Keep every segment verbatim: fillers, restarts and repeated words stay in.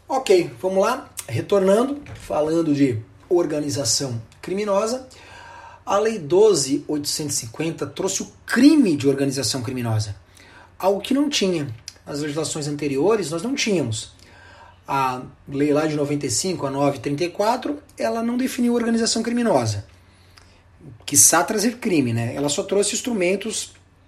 Ok, vamos lá. Retornando, falando de organização criminosa, a Lei doze mil oitocentos e cinquenta trouxe o crime de organização criminosa, algo que não tinha. Nas legislações anteriores nós não tínhamos. A lei lá de noventa e cinco, a novecentos e trinta e quatro, ela não definiu organização criminosa, quiçá trazer crime, né? Ela só trouxe instrumentos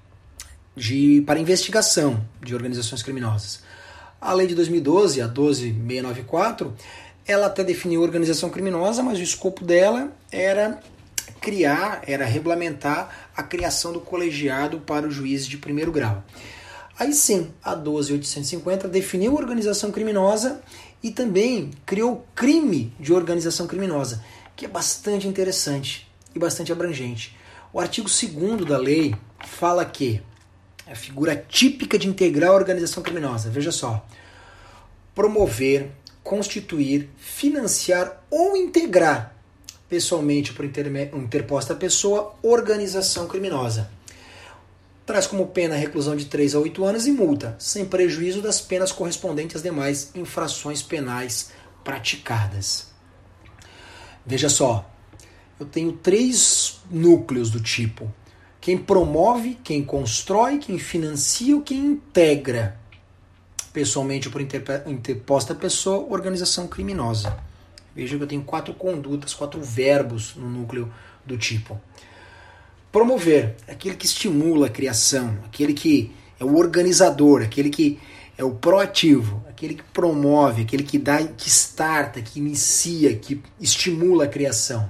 de, para investigação de organizações criminosas. A lei de dois mil e doze, a doze mil seiscentos e noventa e quatro, ela até definiu organização criminosa, mas o escopo dela era criar, era regulamentar a criação do colegiado para os juízes de primeiro grau. Aí sim, a doze mil oitocentos e cinquenta definiu organização criminosa e também criou o crime de organização criminosa, que é bastante interessante e bastante abrangente. O artigo segundo da lei fala que a figura típica de integrar a organização criminosa, veja só, promover, constituir, financiar ou integrar pessoalmente por interposta pessoa organização criminosa. Traz como pena a reclusão de três a oito anos e multa, sem prejuízo das penas correspondentes às demais infrações penais praticadas. Veja só, eu tenho três núcleos do tipo: quem promove, quem constrói, quem financia ou quem integra pessoalmente por interposta pessoa organização criminosa. Veja que eu tenho quatro condutas, quatro verbos no núcleo do tipo. Promover, aquele que estimula a criação, aquele que é o organizador, aquele que é o proativo, aquele que promove, aquele que dá, que starta, que inicia, que estimula a criação.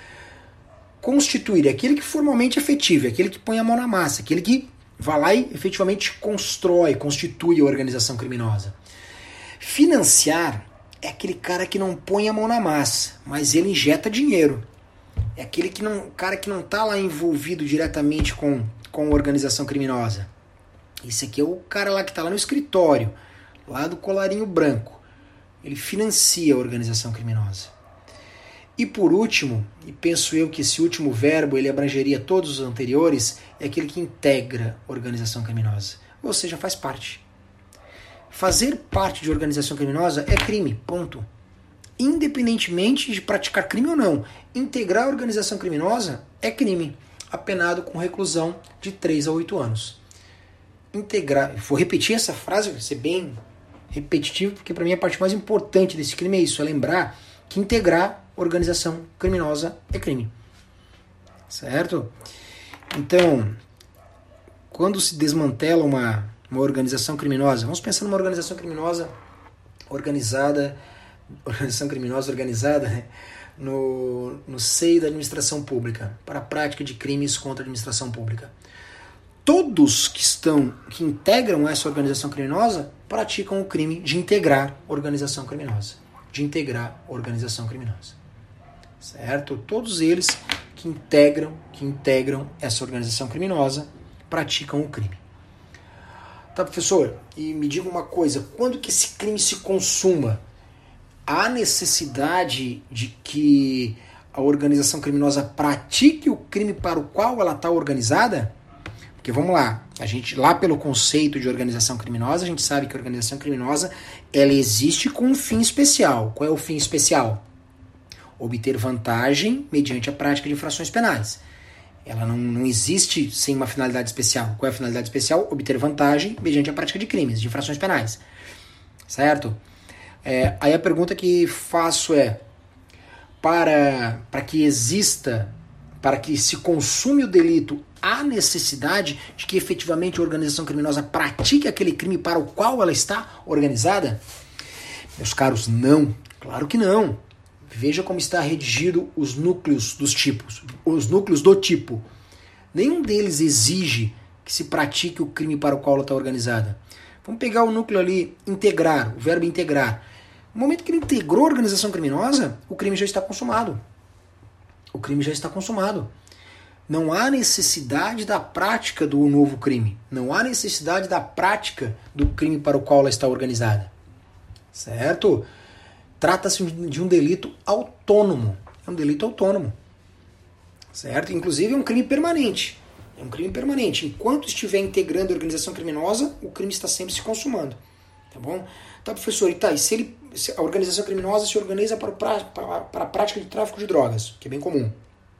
Constituir, aquele que formalmente é efetivo, aquele que põe a mão na massa, aquele que vai lá e efetivamente constrói, constitui a organização criminosa. Financiar é aquele cara que não põe a mão na massa, mas ele injeta dinheiro. É aquele que não, cara que não está lá envolvido diretamente com, com a organização criminosa. Esse aqui é o cara lá que está lá no escritório, lá do colarinho branco. Ele financia a organização criminosa. E por último, e penso eu que esse último verbo ele abrangeria todos os anteriores, é aquele que integra a organização criminosa. Ou seja, faz parte. Fazer parte de organização criminosa é crime, ponto. Independentemente de praticar crime ou não, integrar a organização criminosa é crime, apenado com reclusão de três a oito anos. Integrar, vou repetir essa frase, vai ser bem repetitivo, porque para mim a parte mais importante desse crime é isso, é lembrar que integrar organização criminosa é crime. Certo? Então, quando se desmantela uma, uma organização criminosa, vamos pensar numa organização criminosa organizada, organização criminosa organizada né, no, no seio da administração pública, para a prática de crimes contra a administração pública. Todos que estão, que integram essa organização criminosa, praticam o crime de integrar organização criminosa. De integrar organização criminosa. Certo? Todos eles que integram, que integram essa organização criminosa, praticam o crime. Tá, professor? E me diga uma coisa, quando que esse crime se consuma? Há necessidade de que a organização criminosa pratique o crime para o qual ela está organizada? Porque vamos lá, a gente lá pelo conceito de organização criminosa, a gente sabe que a organização criminosa ela existe com um fim especial. Qual é o fim especial? Obter vantagem mediante a prática de infrações penais. Ela não, não existe sem uma finalidade especial. Qual é a finalidade especial? Obter vantagem mediante a prática de crimes, de infrações penais. Certo? É, aí a pergunta que faço é, para, para que exista, para que se consume o delito, há necessidade de que efetivamente a organização criminosa pratique aquele crime para o qual ela está organizada? Meus caros, não. Claro que não. Veja como está redigido os núcleos dos tipos, os núcleos do tipo. Nenhum deles exige que se pratique o crime para o qual ela está organizada. Vamos pegar o núcleo ali, integrar, o verbo integrar. No momento que ele integrou a organização criminosa, o crime já está consumado. O crime já está consumado. Não há necessidade da prática do novo crime. Não há necessidade da prática do crime para o qual ela está organizada. Certo? Trata-se de um delito autônomo. É um delito autônomo. Certo? Inclusive é um crime permanente. É um crime permanente. Enquanto estiver integrando a organização criminosa, o crime está sempre se consumando. Tá bom? Tá, professor, e tá, e se, ele, se a organização criminosa se organiza para, para, para, para a prática de tráfico de drogas, que é bem comum.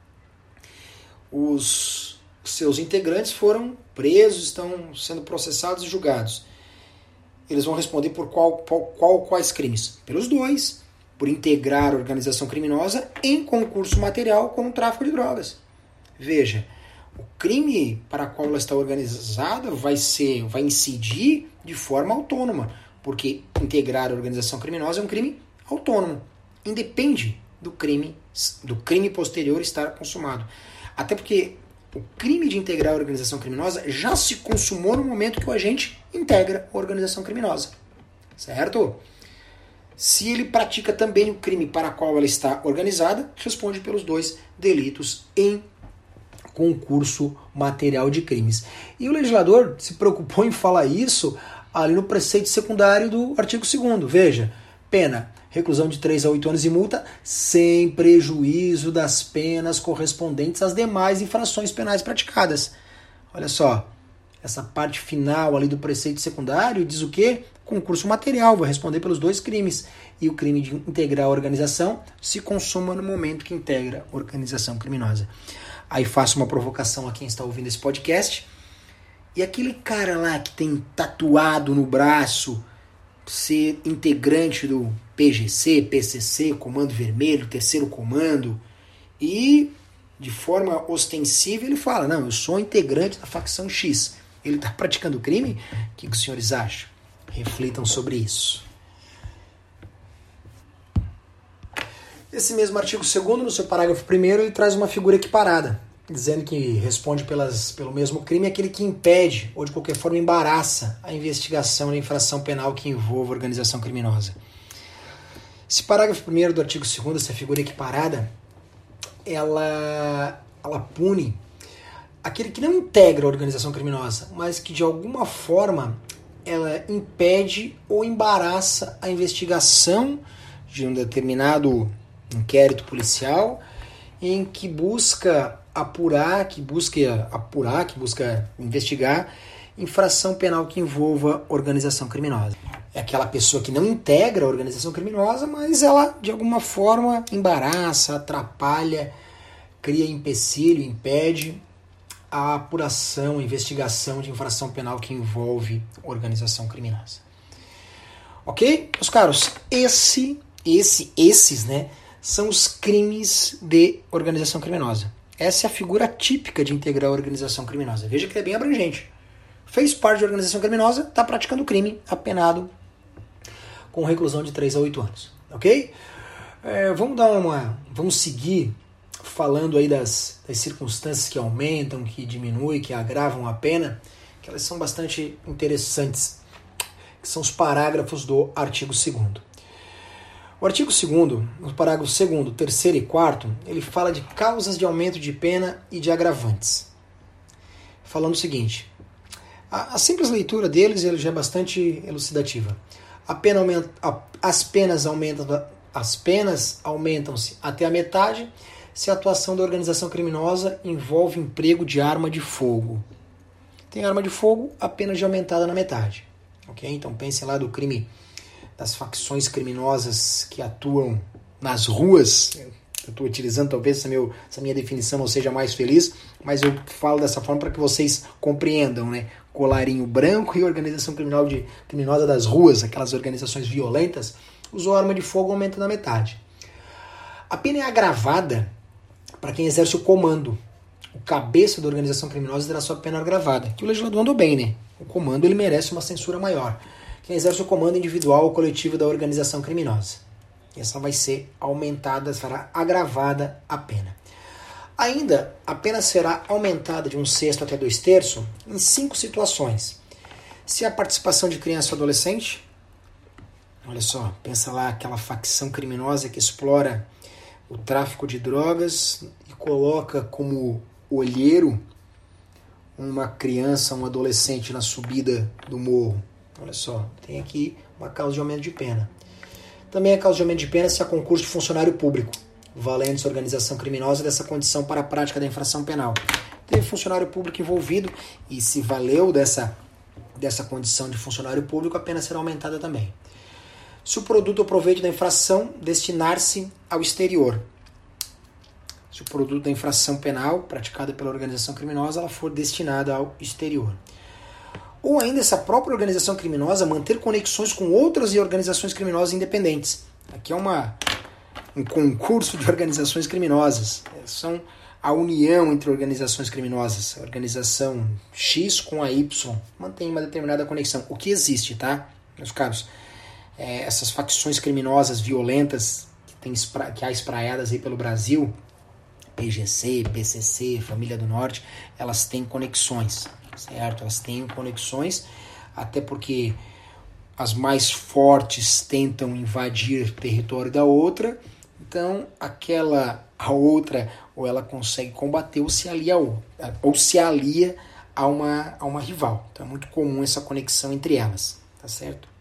Os seus integrantes foram presos, estão sendo processados e julgados. Eles vão responder por qual, qual, qual quais crimes? Pelos dois. Por integrar a organização criminosa em concurso material com o tráfico de drogas. Veja, o crime para o qual ela está organizada vai ser, vai incidir de forma autônoma, porque integrar a organização criminosa é um crime autônomo, independe do crime, do crime posterior estar consumado. Até porque o crime de integrar a organização criminosa já se consumou no momento que o agente integra a organização criminosa, certo? Se ele pratica também o crime para o qual ela está organizada, responde pelos dois delitos em concurso material de crimes. E o legislador se preocupou em falar isso ali no preceito secundário do artigo segundo. Veja, pena, reclusão de três a oito anos e multa, sem prejuízo das penas correspondentes às demais infrações penais praticadas. Olha só, essa parte final ali do preceito secundário diz o quê? Concurso material, vai responder pelos dois crimes. E o crime de integrar a organização se consuma no momento que integra a organização criminosa. Aí faço uma provocação a quem está ouvindo esse podcast. E aquele cara lá que tem tatuado no braço ser integrante do P G C, P C C, Comando Vermelho, Terceiro Comando, e de forma ostensiva ele fala, não, eu sou integrante da facção X. Ele está praticando crime? O que os senhores acham? Reflitam sobre isso. Esse mesmo artigo segundo, no seu parágrafo primeiro, ele traz uma figura equiparada, dizendo que responde pelas, pelo mesmo crime aquele que impede ou de qualquer forma embaraça a investigação da infração penal que envolva a organização criminosa. Esse parágrafo primeiro do artigo segundo, essa figura equiparada, ela, ela pune aquele que não integra a organização criminosa, mas que de alguma forma ela impede ou embaraça a investigação de um determinado inquérito policial em que busca apurar, que busca apurar, que busca investigar infração penal que envolva organização criminosa. É aquela pessoa que não integra a organização criminosa, mas ela de alguma forma embaraça, atrapalha, cria empecilho, impede a apuração, a investigação de infração penal que envolve organização criminosa. Ok? Meus caros, esse, esse, esses, né, são os crimes de organização criminosa. Essa é a figura típica de integrar a organização criminosa. Veja que é bem abrangente. Fez parte de organização criminosa, está praticando crime, apenado com reclusão de três a oito anos. Ok? É, vamos dar uma. Vamos seguir falando aí das, das circunstâncias que aumentam, que diminuem, que agravam a pena, que elas são bastante interessantes, que são os parágrafos do artigo segundo. O artigo segundo, no parágrafo segundo, terceiro e quarto, ele fala de causas de aumento de pena e de agravantes. Falando o seguinte, a, a simples leitura deles ele já é bastante elucidativa. A pena aumenta, a, as penas aumentam, as penas aumentam-se até a metade se a atuação da organização criminosa envolve emprego de arma de fogo. Tem arma de fogo, a pena já é aumentada na metade. Okay? Então pensem lá do crime das facções criminosas que atuam nas ruas. Eu estou utilizando talvez essa, meu, essa minha definição não seja mais feliz, mas eu falo dessa forma para que vocês compreendam, né? Colarinho branco e organização criminal de, criminosa das ruas, aquelas organizações violentas, usou arma de fogo, aumenta na metade. A pena é agravada para quem exerce o comando. O cabeça da organização criminosa terá sua pena agravada. Que o legislador andou bem, né? O comando ele merece uma censura maior. Quem exerce o comando individual ou coletivo da organização criminosa. Essa vai ser aumentada, será agravada a pena. Ainda, a pena será aumentada de um sexto até dois terços em cinco situações. Se a participação de criança ou adolescente, olha só, pensa lá aquela facção criminosa que explora o tráfico de drogas e coloca como olheiro uma criança, um adolescente na subida do morro. Olha só, tem aqui uma causa de aumento de pena. Também a causa de aumento de pena se há concurso de funcionário público, valendo-se a organização criminosa dessa condição para a prática da infração penal. Teve funcionário público envolvido e se valeu dessa, dessa condição de funcionário público, a pena será aumentada também. Se o produto ou proveito da infração destinar-se ao exterior. Se o produto da infração penal praticada pela organização criminosa ela for destinada ao exterior. Ou ainda essa própria organização criminosa manter conexões com outras organizações criminosas independentes. Aqui é uma, um concurso de organizações criminosas. São a união entre organizações criminosas. A organização X com a Y mantém uma determinada conexão. O que existe, tá, meus caros? É, essas facções criminosas violentas que, tem, que há espraiadas aí pelo Brasil, P G C, P C C, Família do Norte, elas têm conexões, certo? Elas têm conexões, até porque as mais fortes tentam invadir o território da outra, então aquela, a outra, ou ela consegue combater ou se alia, ou, ou se alia a, uma, a uma rival. Então é muito comum essa conexão entre elas, tá certo?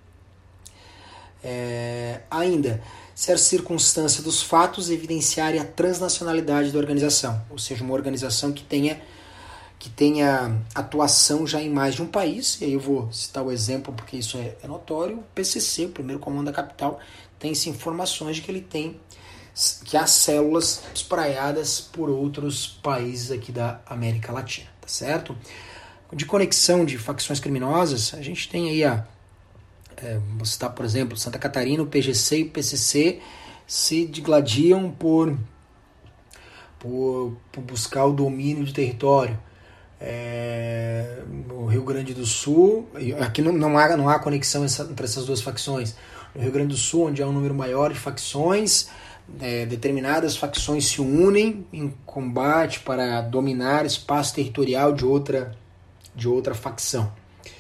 É, ainda, se a circunstância dos fatos evidenciarem a transnacionalidade da organização, ou seja, uma organização que tenha, que tenha atuação já em mais de um país, e aí eu vou citar o exemplo porque isso é, é notório, o P C C, o primeiro comando da capital, tem-se informações de que ele tem, que há células espraiadas por outros países aqui da América Latina, tá certo? De conexão de facções criminosas, a gente tem aí a É, vou citar, por exemplo, Santa Catarina, o P G C e o P C C se digladiam por, por, por buscar o domínio de território. É, no Rio Grande do Sul, aqui não, não, há, não há conexão entre essas duas facções. No Rio Grande do Sul, onde há um número maior de facções, é, determinadas facções se unem em combate para dominar espaço territorial de outra, de outra facção.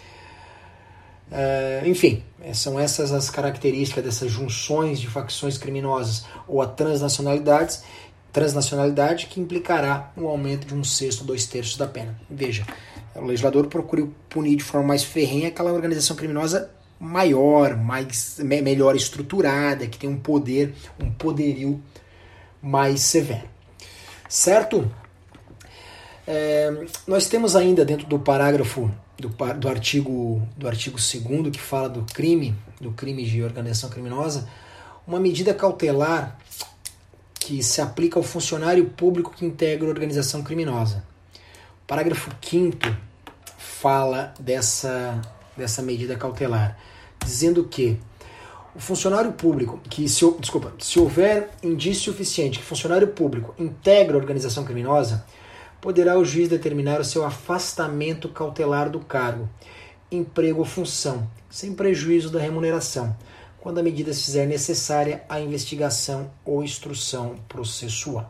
Uh, enfim, são essas as características dessas junções de facções criminosas ou a transnacionalidade, transnacionalidade que implicará um aumento de um sexto ou dois terços da pena. Veja, o legislador procura punir de forma mais ferrenha aquela organização criminosa maior, mais, me, melhor estruturada, que tem um poder, um poderio mais severo. Certo? É, nós temos ainda dentro do parágrafo Do, do artigo do artigo segundo que fala do crime, do crime de organização criminosa, uma medida cautelar que se aplica ao funcionário público que integra a organização criminosa. O parágrafo quinto fala dessa, dessa medida cautelar, dizendo que o funcionário público, que se, desculpa, se houver indício suficiente que o funcionário público integra a organização criminosa, poderá o juiz determinar o seu afastamento cautelar do cargo, emprego ou função, sem prejuízo da remuneração, quando a medida se fizer necessária à investigação ou instrução processual.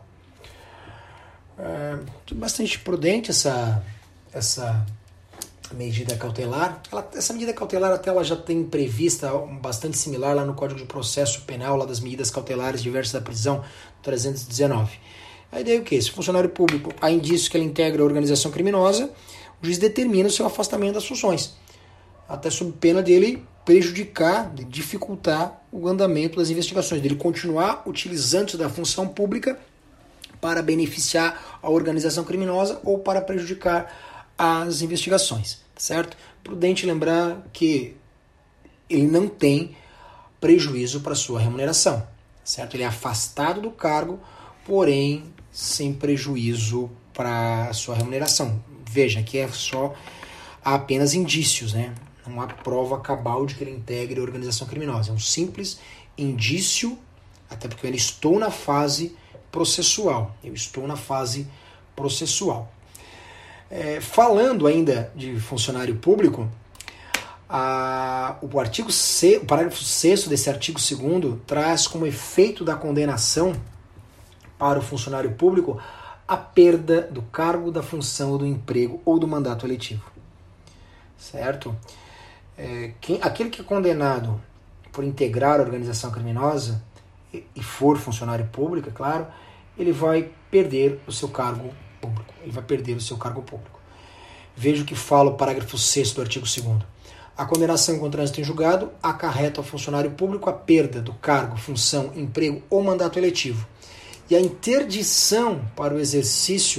É bastante prudente essa, essa medida cautelar. Ela, essa medida cautelar até ela já tem prevista bastante similar lá no Código de Processo Penal, lá das medidas cautelares diversas da prisão, trezentos e dezenove. A ideia é o quê? Se o funcionário público há indícios que ele integra a organização criminosa, o juiz determina o seu afastamento das funções, até sob pena dele prejudicar, de dificultar o andamento das investigações, dele continuar utilizando da função pública para beneficiar a organização criminosa ou para prejudicar as investigações, certo? Prudente lembrar que ele não tem prejuízo para sua remuneração, certo? Ele é afastado do cargo, porém sem prejuízo para a sua remuneração. Veja que é só há apenas indícios, né? Não há prova cabal de que ele integre a organização criminosa. É um simples indício, até porque eu estou na fase processual. Eu estou na fase processual. É, falando ainda de funcionário público, a, o artigo C, o parágrafo sexto desse artigo segundo traz como efeito da condenação para o funcionário público a perda do cargo, da função, do emprego ou do mandato eletivo. Certo? É, quem, aquele que é condenado por integrar a organização criminosa e, e for funcionário público, é claro, ele vai perder o seu cargo público. Ele vai perder o seu cargo público. Veja o que fala o parágrafo sexto do artigo segundo. A condenação com trânsito em julgado acarreta ao funcionário público a perda do cargo, função, emprego ou mandato eletivo e a interdição para o exercício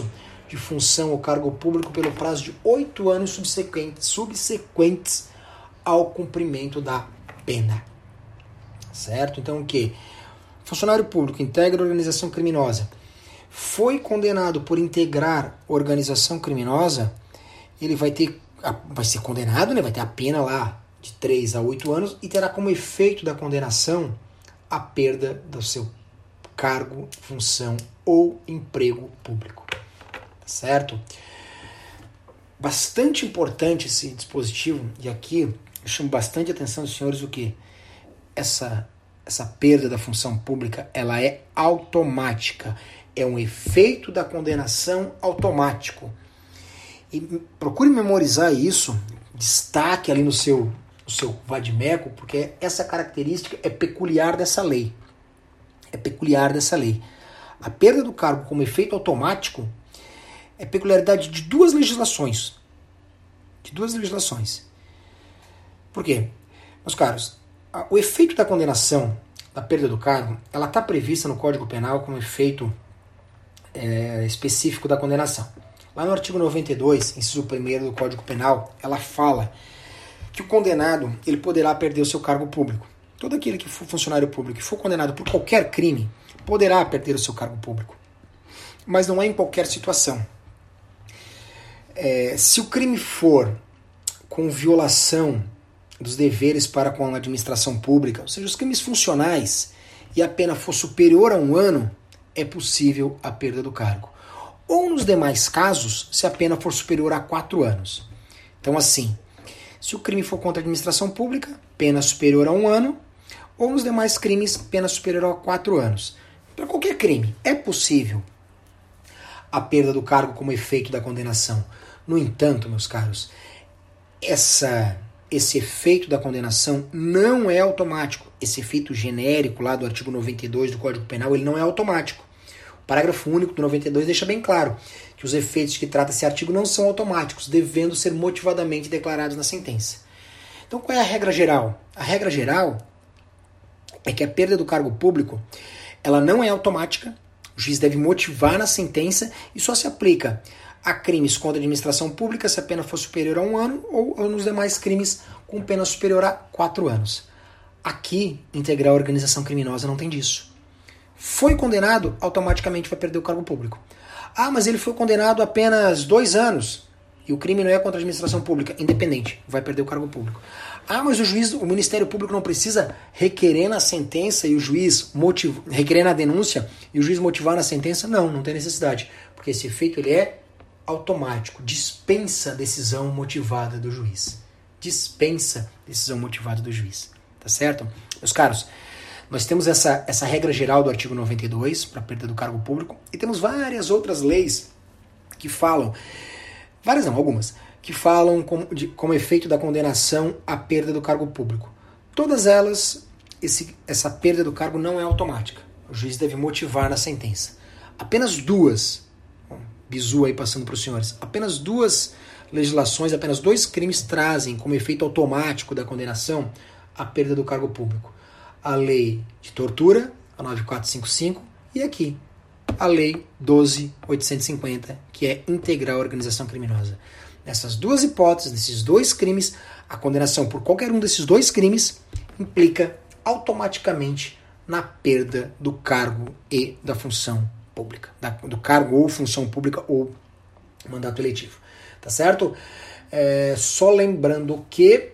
de função ou cargo público pelo prazo de oito anos subsequentes, subsequentes ao cumprimento da pena. Certo? Então o que? Funcionário público integra organização criminosa. Foi condenado por integrar organização criminosa, ele vai ter, vai ser condenado, né? Vai ter a pena lá de três a oito anos e terá como efeito da condenação a perda do seu cargo, função ou emprego público. Tá certo? Bastante importante esse dispositivo, e aqui eu chamo bastante atenção dos senhores o que? Essa, essa perda da função pública, ela é automática. É um efeito da condenação automático. E procure memorizar isso, destaque ali no seu, no seu vadimeco, porque essa característica é peculiar dessa lei. É peculiar dessa lei. A perda do cargo como efeito automático é peculiaridade de duas legislações. De duas legislações. Por quê? Meus caros, o efeito da condenação, da perda do cargo, ela está prevista no Código Penal como efeito é, específico da condenação. Lá no artigo noventa e dois, inciso primeiro do Código Penal, ela fala que o condenado ele poderá perder o seu cargo público. Todo aquele que for funcionário público e for condenado por qualquer crime poderá perder o seu cargo público. Mas não é em qualquer situação. É, se o crime for com violação dos deveres para com a administração pública, ou seja, os crimes funcionais, e a pena for superior a um ano, é possível a perda do cargo. Ou nos demais casos, se a pena for superior a quatro anos. Então, assim, se o crime for contra a administração pública, pena superior a um ano, ou nos demais crimes, pena superior a quatro anos. Para qualquer crime, é possível a perda do cargo como efeito da condenação. No entanto, meus caros, essa, esse efeito da condenação não é automático. Esse efeito genérico lá do artigo noventa e dois do Código Penal, ele não é automático. O parágrafo único do noventa e dois deixa bem claro que os efeitos que trata esse artigo não são automáticos, devendo ser motivadamente declarados na sentença. Então, qual é a regra geral? A regra geral é que a perda do cargo público ela não é automática, o juiz deve motivar na sentença e só se aplica a crimes contra a administração pública se a pena for superior a um ano ou, ou nos demais crimes com pena superior a quatro anos. Aqui, integrar a organização criminosa não tem disso. Foi condenado, automaticamente vai perder o cargo público. Ah, mas ele foi condenado a apenas dois anos e o crime não é contra a administração pública, independente, vai perder o cargo público. Ah, mas o juiz, o Ministério Público não precisa requerer na sentença e o juiz motiv... requerer na denúncia e o juiz motivar na sentença? Não, não tem necessidade, porque esse efeito ele é automático, dispensa decisão motivada do juiz. Dispensa decisão motivada do juiz. Tá certo? Meus caros, nós temos essa, essa regra geral do artigo noventa e dois para perda do cargo público e temos várias outras leis que falam, várias não, algumas, que falam como, de, como efeito da condenação a perda do cargo público. Todas elas, esse, essa perda do cargo não é automática. O juiz deve motivar na sentença. Apenas duas, bom, bizu aí passando para os senhores, apenas duas legislações, apenas dois crimes trazem como efeito automático da condenação a perda do cargo público. A lei de tortura, a nove mil quatrocentos e cinquenta e cinco, e aqui, a lei doze mil oitocentos e cinquenta, que é integrar a organização criminosa. Nessas duas hipóteses, nesses dois crimes, a condenação por qualquer um desses dois crimes implica automaticamente na perda do cargo e da função pública. Da, do cargo ou função pública ou mandato eletivo. Tá certo? É, só lembrando que,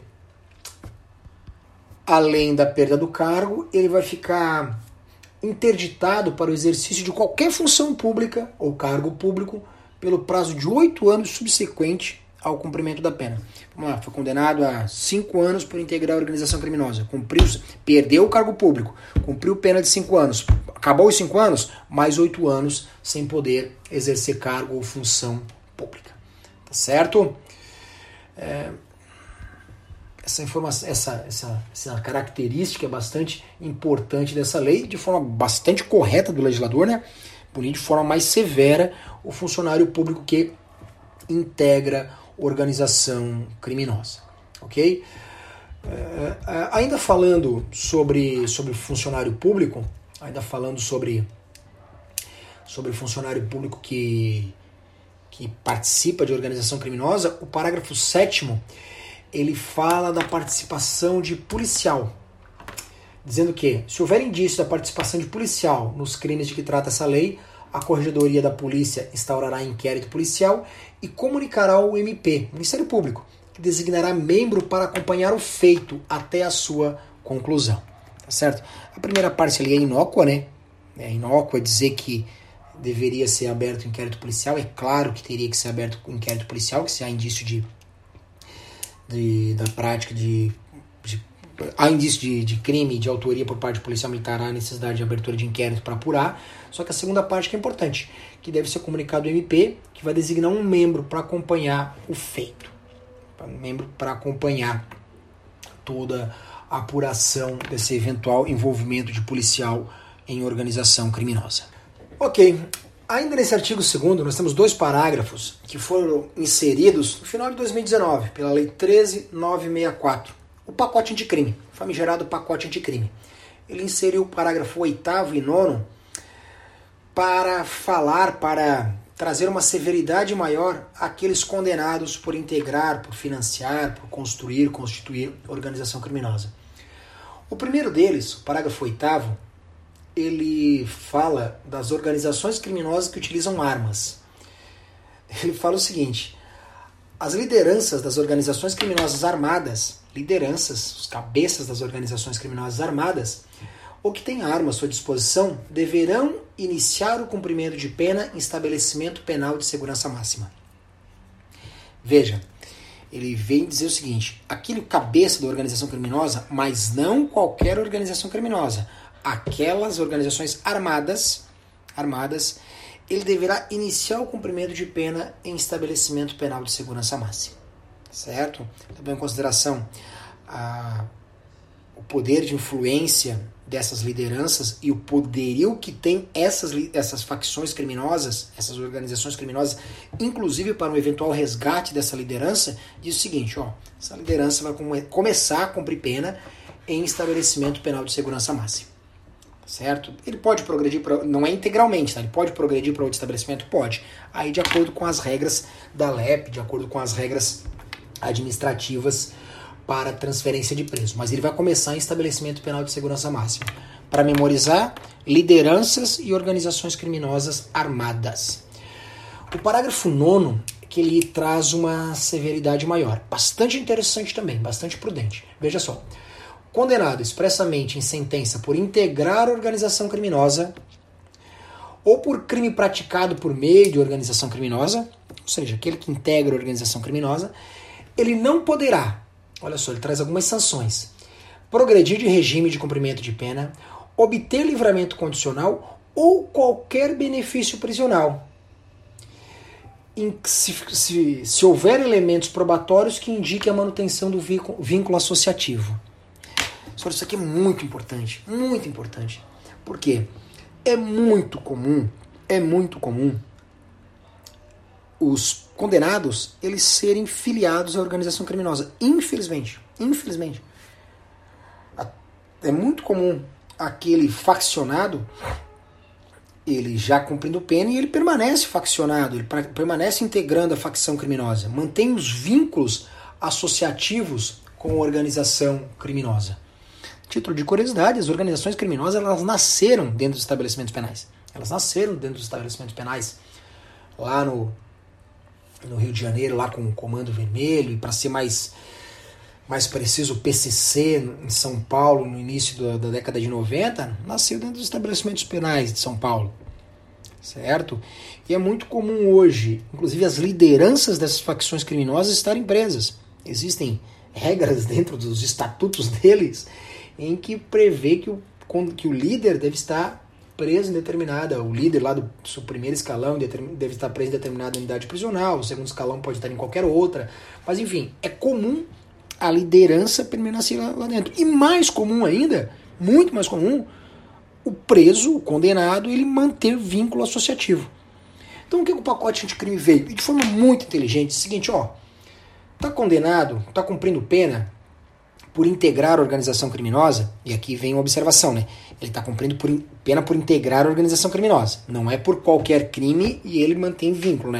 além da perda do cargo, ele vai ficar interditado para o exercício de qualquer função pública ou cargo público pelo prazo de oito anos subsequente ao cumprimento da pena. Vamos lá, foi condenado a cinco anos por integrar a organização criminosa, cumpriu, perdeu o cargo público, cumpriu pena de cinco anos, acabou os cinco anos, mais oito anos sem poder exercer cargo ou função pública. Tá certo? É, essa informação, essa, essa, essa característica é bastante importante dessa lei, de forma bastante correta do legislador, né? Punir de forma mais severa o funcionário público que integra organização criminosa, ok? É, ainda falando sobre, sobre funcionário público, ainda falando sobre, sobre funcionário público que, que participa de organização criminosa, o parágrafo sétimo, ele fala da participação de policial, dizendo que, se houver indício da participação de policial nos crimes de que trata essa lei, a Corregedoria da Polícia instaurará inquérito policial e comunicará ao M P, Ministério Público, que designará membro para acompanhar o feito até a sua conclusão. Tá certo? A primeira parte ali é inócua, né? É inócua dizer que deveria ser aberto o inquérito policial. É claro que teria que ser aberto o inquérito policial, que se há indício de, de, da prática de, de há indício de, de crime, de autoria por parte do policial militar, há necessidade de abertura de inquérito para apurar. Só que a segunda parte que é importante, que deve ser comunicado ao M P, que vai designar um membro para acompanhar o feito. Um membro para acompanhar toda a apuração desse eventual envolvimento de policial em organização criminosa. Ok, ainda nesse artigo segundo, nós temos dois parágrafos que foram inseridos no final de dois mil e dezenove, pela Lei treze mil novecentos e sessenta e quatro, o pacote anticrime, o famigerado pacote anticrime. Ele inseriu o parágrafo oitavo e nono para falar, para trazer uma severidade maior àqueles condenados por integrar, por financiar, por construir, constituir organização criminosa. O primeiro deles, o parágrafo oitavo, ele fala das organizações criminosas que utilizam armas. Ele fala o seguinte: as lideranças das organizações criminosas armadas, lideranças, os cabeças das organizações criminosas armadas, ou que têm armas à sua disposição, deverão iniciar o cumprimento de pena em estabelecimento penal de segurança máxima. Veja, ele vem dizer o seguinte: aquele cabeça da organização criminosa, mas não qualquer organização criminosa, aquelas organizações armadas, armadas, ele deverá iniciar o cumprimento de pena em estabelecimento penal de segurança máxima. Certo? Levando em consideração a, o poder de influência dessas lideranças e o poderio que tem essas, essas facções criminosas, essas organizações criminosas, inclusive para um eventual resgate dessa liderança, diz o seguinte: ó, essa liderança vai come, começar a cumprir pena em estabelecimento penal de segurança máxima. Certo? Ele pode progredir, pra, não é integralmente, tá? Ele pode progredir para outro estabelecimento? Pode. Aí de acordo com as regras da L E P, de acordo com as regras administrativas para transferência de preso. Mas ele vai começar em estabelecimento penal de segurança máxima. Para memorizar, lideranças e organizações criminosas armadas. O parágrafo nono, que ele traz uma severidade maior. Bastante interessante também, bastante prudente. Veja só. Condenado expressamente em sentença por integrar organização criminosa ou por crime praticado por meio de organização criminosa, ou seja, aquele que integra a organização criminosa, ele não poderá, olha só, ele traz algumas sanções, progredir de regime de cumprimento de pena, obter livramento condicional ou qualquer benefício prisional, em, se, se, se houver elementos probatórios que indiquem a manutenção do vínculo, vínculo associativo. Só isso aqui é muito importante, muito importante. Por quê? É muito comum, é muito comum os condenados, eles serem filiados à organização criminosa. Infelizmente, infelizmente. É muito comum aquele faccionado, ele já cumprindo pena e ele permanece faccionado, ele permanece integrando a facção criminosa, mantém os vínculos associativos com a organização criminosa. Título de curiosidade, as organizações criminosas, elas nasceram dentro dos estabelecimentos penais. Elas nasceram dentro dos estabelecimentos penais. Lá no, no Rio de Janeiro, lá com o Comando Vermelho, e para ser mais, mais preciso, o P C C em São Paulo, no início da, da década de noventa, nasceu dentro dos estabelecimentos penais de São Paulo. Certo? E é muito comum hoje, inclusive as lideranças dessas facções criminosas estarem presas. Existem regras dentro dos estatutos deles em que prevê que o, que o líder deve estar preso em determinada, o líder lá do seu primeiro escalão deve estar preso em determinada unidade prisional, o segundo escalão pode estar em qualquer outra, mas enfim, é comum a liderança permanecer lá, lá dentro. E mais comum ainda, muito mais comum, o preso, o condenado, ele manter vínculo associativo. Então o que o pacote anticrime veio? E de forma muito inteligente, é o seguinte, ó, tá condenado, tá cumprindo pena por integrar a organização criminosa, e aqui vem uma observação, né? Ele está cumprindo por, pena por integrar a organização criminosa. Não é por qualquer crime e ele mantém vínculo, né?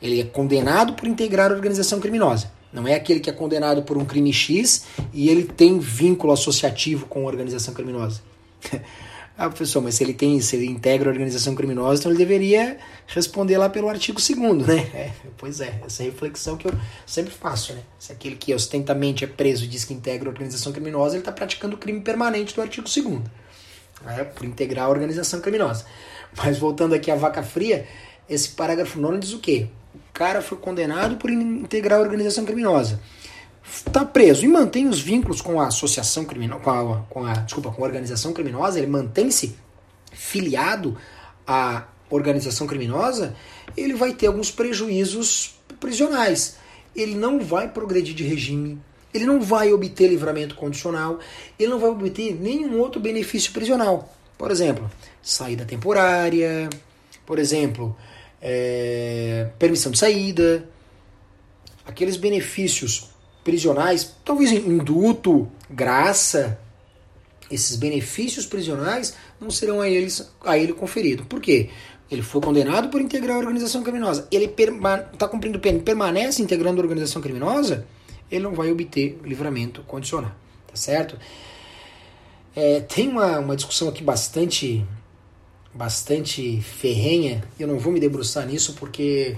Ele é condenado por integrar a organização criminosa. Não é aquele que é condenado por um crime X e ele tem vínculo associativo com a organização criminosa. Ah, professor, mas se ele tem, se ele integra a organização criminosa, então ele deveria responder lá pelo artigo segundo, né? É, pois é, essa reflexão que eu sempre faço, né? Se aquele que ostentamente é preso e diz que integra a organização criminosa, ele está praticando o crime permanente do artigo segundo, né? Por integrar a organização criminosa. Mas voltando aqui à vaca fria, esse parágrafo nono diz o quê? O cara foi condenado por integrar a organização criminosa. Está preso e mantém os vínculos com a associação criminosa, com a, com a, desculpa, com a organização criminosa, ele mantém-se filiado à organização criminosa, ele vai ter alguns prejuízos prisionais. Ele não vai progredir de regime, ele não vai obter livramento condicional, ele não vai obter nenhum outro benefício prisional. Por exemplo, saída temporária, por exemplo, é, permissão de saída, aqueles benefícios prisionais, talvez induto, graça, esses benefícios prisionais não serão a, eles, a ele conferidos. Por quê? Ele foi condenado por integrar a organização criminosa. Ele está cumprindo pena e permanece integrando a organização criminosa, ele não vai obter livramento condicional. Tá certo? É, tem uma, uma discussão aqui bastante, bastante ferrenha. Eu não vou me debruçar nisso porque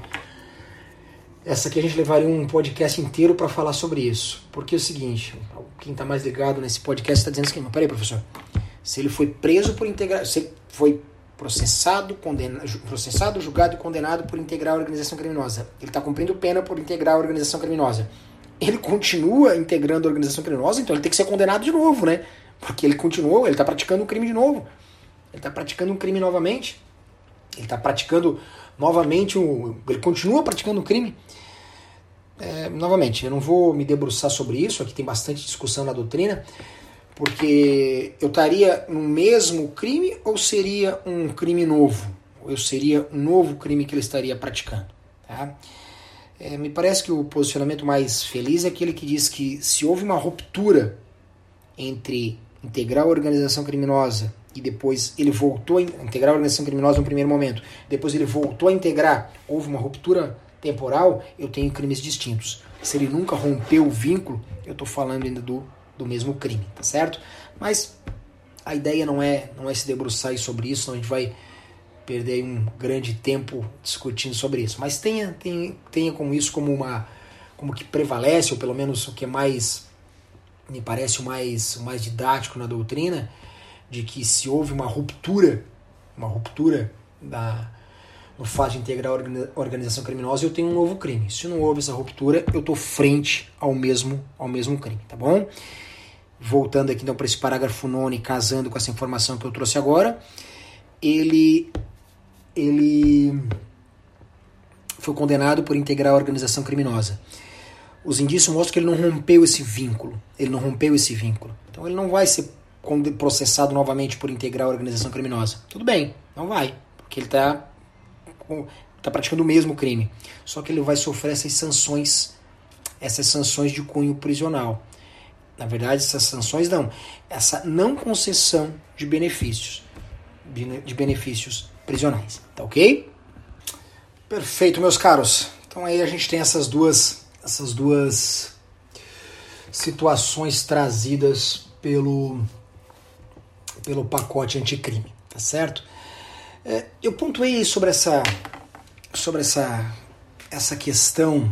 essa aqui a gente levaria um podcast inteiro para falar sobre isso. Porque é o seguinte, quem está mais ligado nesse podcast está dizendo assim, mas peraí, professor, se ele foi preso por integrar, se ele foi processado, condenado, processado, julgado e condenado por integrar a organização criminosa, ele está cumprindo pena por integrar a organização criminosa, ele continua integrando a organização criminosa, então ele tem que ser condenado de novo, né? Porque ele continuou, ele está praticando um crime de novo. Ele está praticando um crime novamente. Ele está praticando novamente, um, ele continua praticando um crime. É, novamente, eu não vou me debruçar sobre isso, aqui tem bastante discussão na doutrina, porque eu estaria no mesmo crime ou seria um crime novo? Ou eu seria um novo crime que ele estaria praticando? Tá? É, me parece que o posicionamento mais feliz é aquele que diz que se houve uma ruptura entre integrar a organização criminosa e depois ele voltou a integrar a organização criminosa no primeiro momento, depois ele voltou a integrar, houve uma ruptura temporal, eu tenho crimes distintos. Se ele nunca rompeu o vínculo, eu estou falando ainda do, do mesmo crime, tá certo? Mas a ideia não é, não é se debruçar sobre isso, senão a gente vai perder um grande tempo discutindo sobre isso. Mas tenha, tenha, tenha como isso como uma, como que prevalece, ou pelo menos o que é mais, me parece o mais, o mais didático na doutrina, de que se houve uma ruptura, uma ruptura da, no fato de integrar a organização criminosa, eu tenho um novo crime. Se não houve essa ruptura, eu estou frente ao mesmo, ao mesmo crime, tá bom? Voltando aqui então para esse parágrafo nono e casando com essa informação que eu trouxe agora, ele, ele foi condenado por integrar a organização criminosa. Os indícios mostram que ele não rompeu esse vínculo. Ele não rompeu esse vínculo. Então ele não vai ser processado novamente por integrar a organização criminosa. Tudo bem, não vai, porque ele está tá praticando o mesmo crime. Só que ele vai sofrer essas sanções, essas sanções de cunho prisional. Na verdade, essas sanções não. Essa não concessão de benefícios, de benefícios prisionais. Tá ok? Perfeito, meus caros. Então aí a gente tem essas duas, essas duas situações trazidas pelo, pelo pacote anticrime, tá certo? É, eu pontuei sobre essa, sobre essa, essa questão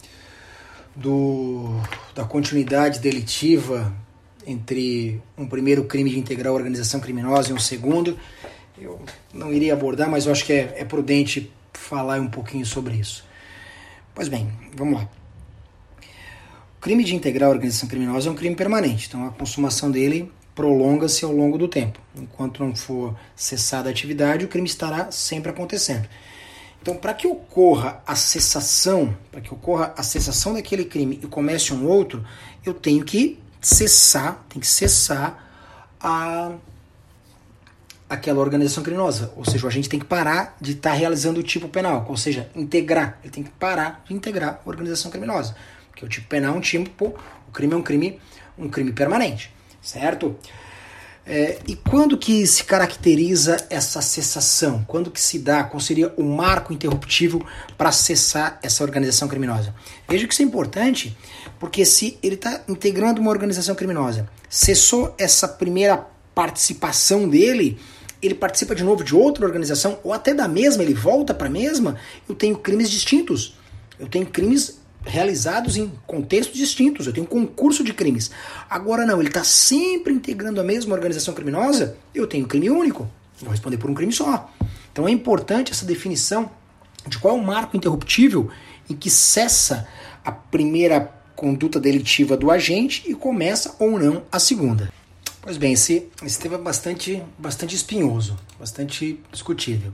do, da continuidade delitiva entre um primeiro crime de integrar a organização criminosa e um segundo. Eu não iria abordar, mas eu acho que é, é prudente falar um pouquinho sobre isso. Pois bem, vamos lá. O crime de integrar a organização criminosa é um crime permanente, então a consumação dele prolonga-se ao longo do tempo. Enquanto não for cessada a atividade, o crime estará sempre acontecendo. Então, para que ocorra a cessação, para que ocorra a cessação daquele crime e comece um outro, eu tenho que cessar, tem que cessar a, aquela organização criminosa. Ou seja, a gente tem que parar de estar tá realizando o tipo penal, ou seja, integrar. Ele tem que parar de integrar a organização criminosa. Porque o tipo penal é um tipo, o crime é um crime, um crime permanente. Certo? É, e quando que se caracteriza essa cessação? Quando que se dá? Qual seria o marco interruptível para cessar essa organização criminosa? Veja que isso é importante, porque se ele está integrando uma organização criminosa, cessou essa primeira participação dele, ele participa de novo de outra organização, ou até da mesma, ele volta para a mesma, eu tenho crimes distintos. Eu tenho crimes realizados em contextos distintos, eu tenho um concurso de crimes. Agora não, ele está sempre integrando a mesma organização criminosa, eu tenho crime único, vou responder por um crime só. Então é importante essa definição de qual é o marco interruptível em que cessa a primeira conduta delitiva do agente e começa ou não a segunda. Pois bem, esse, esse tema é bastante, bastante espinhoso, bastante discutível.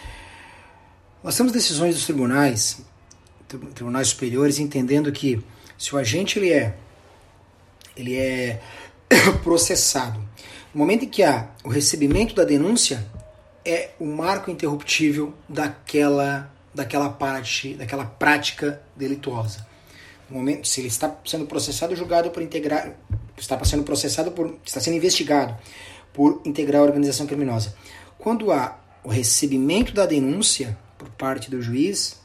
Nós temos decisões dos tribunais, tribunais superiores, entendendo que se o agente ele é, ele é processado, no momento em que há o recebimento da denúncia, é o marco interruptível daquela, daquela parte, daquela prática delituosa. No momento, se ele está sendo processado, julgado por integrar, está sendo processado por, está sendo investigado por integrar a organização criminosa. Quando há o recebimento da denúncia por parte do juiz,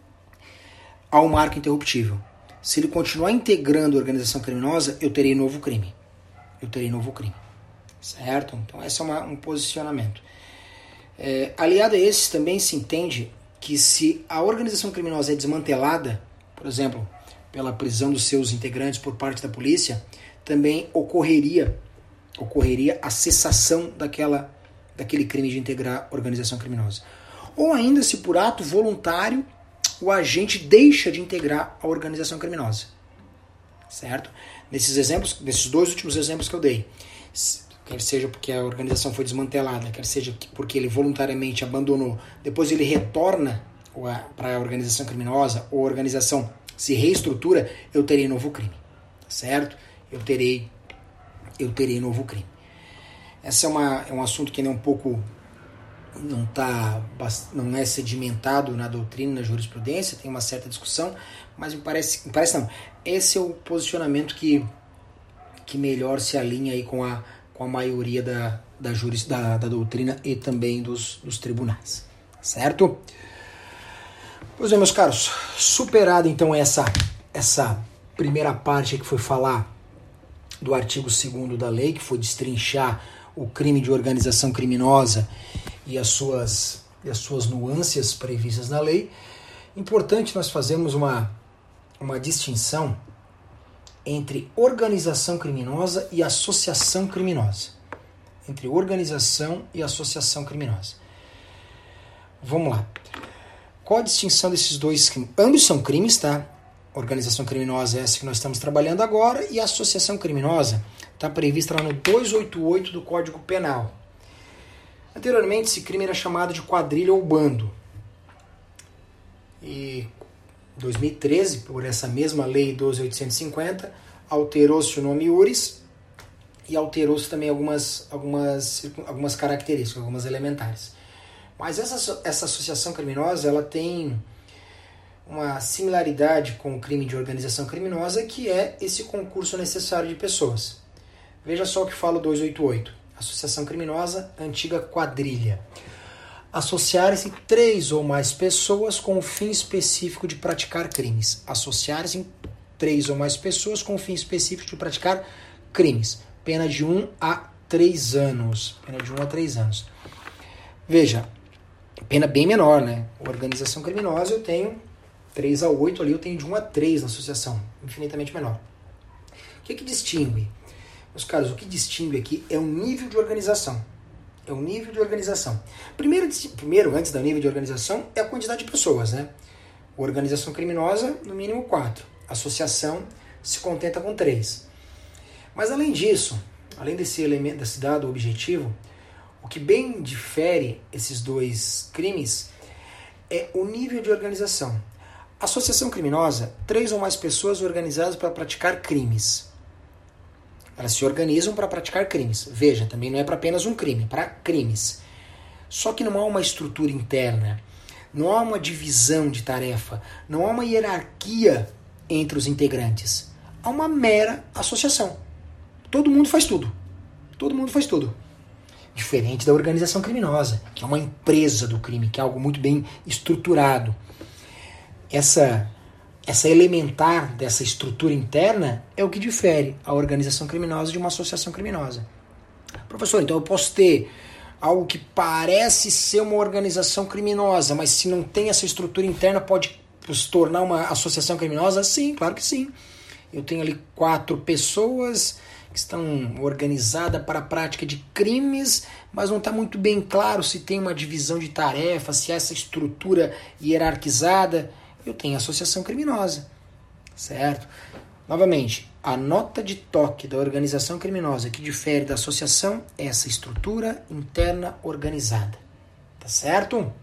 há um marco interruptível. Se ele continuar integrando a organização criminosa, eu terei novo crime. Eu terei novo crime. Certo? Então, esse é uma, um posicionamento. É, aliado a esse, também se entende que se a organização criminosa é desmantelada, por exemplo, pela prisão dos seus integrantes por parte da polícia, também ocorreria, ocorreria a cessação daquela, daquele crime de integrar a organização criminosa. Ou ainda, se por ato voluntário, o agente deixa de integrar a organização criminosa. Certo? Nesses exemplos, nesses dois últimos exemplos que eu dei, quer seja porque a organização foi desmantelada, quer seja porque ele voluntariamente abandonou, depois ele retorna para a organização criminosa, ou a organização se reestrutura, eu terei novo crime. Certo? Eu terei, eu terei novo crime. Esse é, uma, é um assunto que ainda é um pouco... Não, tá, não é sedimentado na doutrina, na jurisprudência, tem uma certa discussão, mas me parece, me parece não, esse é o posicionamento que, que melhor se alinha aí com, a, com a maioria da, da, juris, da, da doutrina e também dos, dos tribunais, certo? Pois bem, meus caros, superada então essa, essa primeira parte que foi falar do artigo segundo da lei, que foi destrinchar o crime de organização criminosa e as suas, e as suas nuances previstas na lei, importante nós fazermos uma, uma distinção entre organização criminosa e associação criminosa. Entre organização e associação criminosa. Vamos lá. Qual a distinção desses dois crimes? Ambos são crimes, tá? Organização criminosa é essa que nós estamos trabalhando agora, e a associação criminosa está prevista lá no duzentos e oitenta e oito do Código Penal. Anteriormente, esse crime era chamado de quadrilha ou bando. E em dois mil e treze, por essa mesma lei doze mil oitocentos e cinquenta, alterou-se o nome iuris e alterou-se também algumas, algumas, algumas características, algumas elementares. Mas essa, essa associação criminosa, ela tem uma similaridade com o crime de organização criminosa, que é esse concurso necessário de pessoas. Veja só o que fala o duzentos e oitenta e oito. Associação criminosa, antiga quadrilha. Associarem-se três ou mais pessoas com o fim específico de praticar crimes. Associarem-se três ou mais pessoas com o fim específico de praticar crimes. Pena de um a três anos. Pena de um a três anos. Veja, pena bem menor, né? Organização criminosa eu tenho três a oito, ali eu tenho de um a três na associação. Infinitamente menor. O que que distingue? Meus caros, o que distingue aqui é o nível de organização. É o nível de organização. Primeiro, primeiro, antes do nível de organização, é a quantidade de pessoas, né? Organização criminosa, no mínimo quatro. Associação se contenta com três. Mas além disso, além desse elemento, desse dado objetivo, o que bem difere esses dois crimes é o nível de organização. Associação criminosa, três ou mais pessoas organizadas para praticar crimes. Elas se organizam para praticar crimes. Veja, também não é para apenas um crime, para crimes. Só que não há uma estrutura interna, não há uma divisão de tarefa, não há uma hierarquia entre os integrantes. Há uma mera associação. Todo mundo faz tudo. todo mundo faz tudo. Diferente da organização criminosa, que é uma empresa do crime, que é algo muito bem estruturado. Essa, essa elementar dessa estrutura interna é o que difere a organização criminosa de uma associação criminosa. Professor, então eu posso ter algo que parece ser uma organização criminosa, mas se não tem essa estrutura interna pode se tornar uma associação criminosa? Sim, claro que sim. Eu tenho ali quatro pessoas que estão organizadas para a prática de crimes, mas não está muito bem claro se tem uma divisão de tarefas, se há essa estrutura hierarquizada. Eu tenho associação criminosa, certo? Novamente, a nota de toque da organização criminosa que difere da associação é essa estrutura interna organizada, tá certo?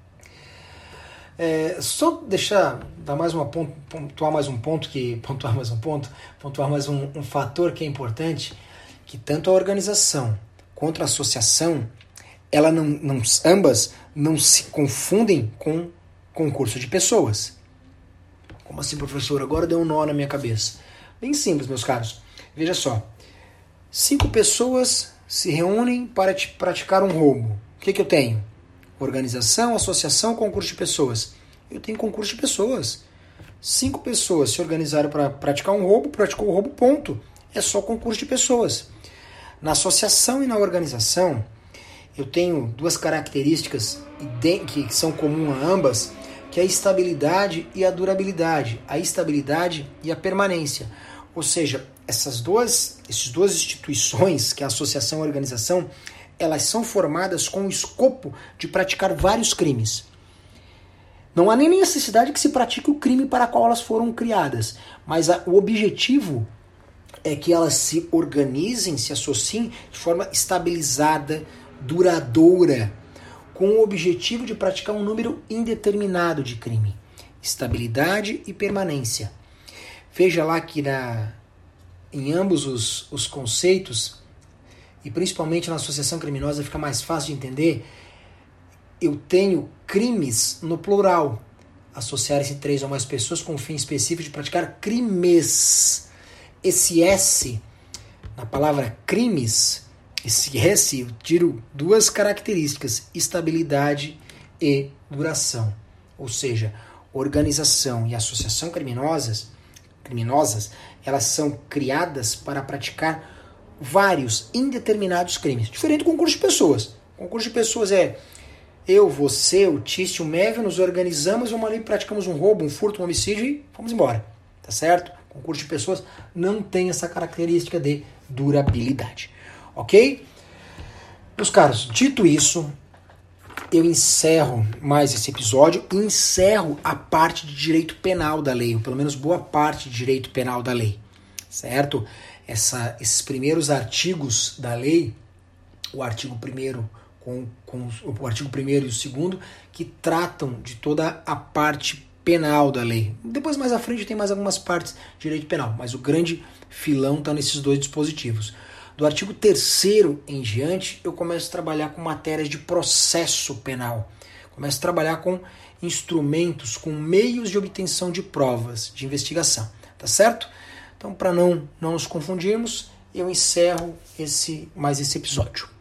É, só deixar, dar mais uma ponto, pontuar mais um ponto, que pontuar mais um ponto, pontuar mais um, um fator que é importante, que tanto a organização quanto a associação, ela não, não, ambas não se confundem com concurso de pessoas. Como assim, professor? Agora deu um nó na minha cabeça. Bem simples, meus caros. Veja só. Cinco pessoas se reúnem para praticar um roubo. O que, que eu tenho? Organização, associação, concurso de pessoas. Eu tenho concurso de pessoas. Cinco pessoas se organizaram para praticar um roubo, praticou o roubo, ponto. É só concurso de pessoas. Na associação e na organização, eu tenho duas características que são comuns a ambas, que é a estabilidade e a durabilidade, a estabilidade e a permanência. Ou seja, essas duas, essas duas instituições, que é a associação e a organização, elas são formadas com o escopo de praticar vários crimes. Não há nem necessidade que se pratique o crime para qual elas foram criadas, mas a, o objetivo é que elas se organizem, se associem de forma estabilizada, duradoura, com o objetivo de praticar um número indeterminado de crime. Estabilidade e permanência. Veja lá que na, em ambos os, os conceitos, e principalmente na associação criminosa fica mais fácil de entender, eu tenho crimes no plural. Associar-se três ou mais pessoas com o fim específico de praticar crimes. Esse S, na palavra crimes, esse S, eu tiro duas características, estabilidade e duração. Ou seja, organização e associação criminosas, criminosas, elas são criadas para praticar vários indeterminados crimes. Diferente do concurso de pessoas. O concurso de pessoas é eu, você, o Tício, o Mévio, nos organizamos, vamos ali, praticamos um roubo, um furto, um homicídio e vamos embora. Tá certo? O concurso de pessoas não tem essa característica de durabilidade. Ok? Meus caros, dito isso, eu encerro mais esse episódio e encerro a parte de direito penal da lei, ou pelo menos boa parte de direito penal da lei. Certo? Essa, esses primeiros artigos da lei, o artigo primeiro com, com o artigo primeiro e o segundo, que tratam de toda a parte penal da lei. Depois, mais à frente, tem mais algumas partes de direito penal, mas o grande filão está nesses dois dispositivos. Do artigo terceiro em diante, eu começo a trabalhar com matérias de processo penal. Começo a trabalhar com instrumentos, com meios de obtenção de provas, de investigação. Tá certo? Então, para não, não nos confundirmos, eu encerro esse, mais esse episódio.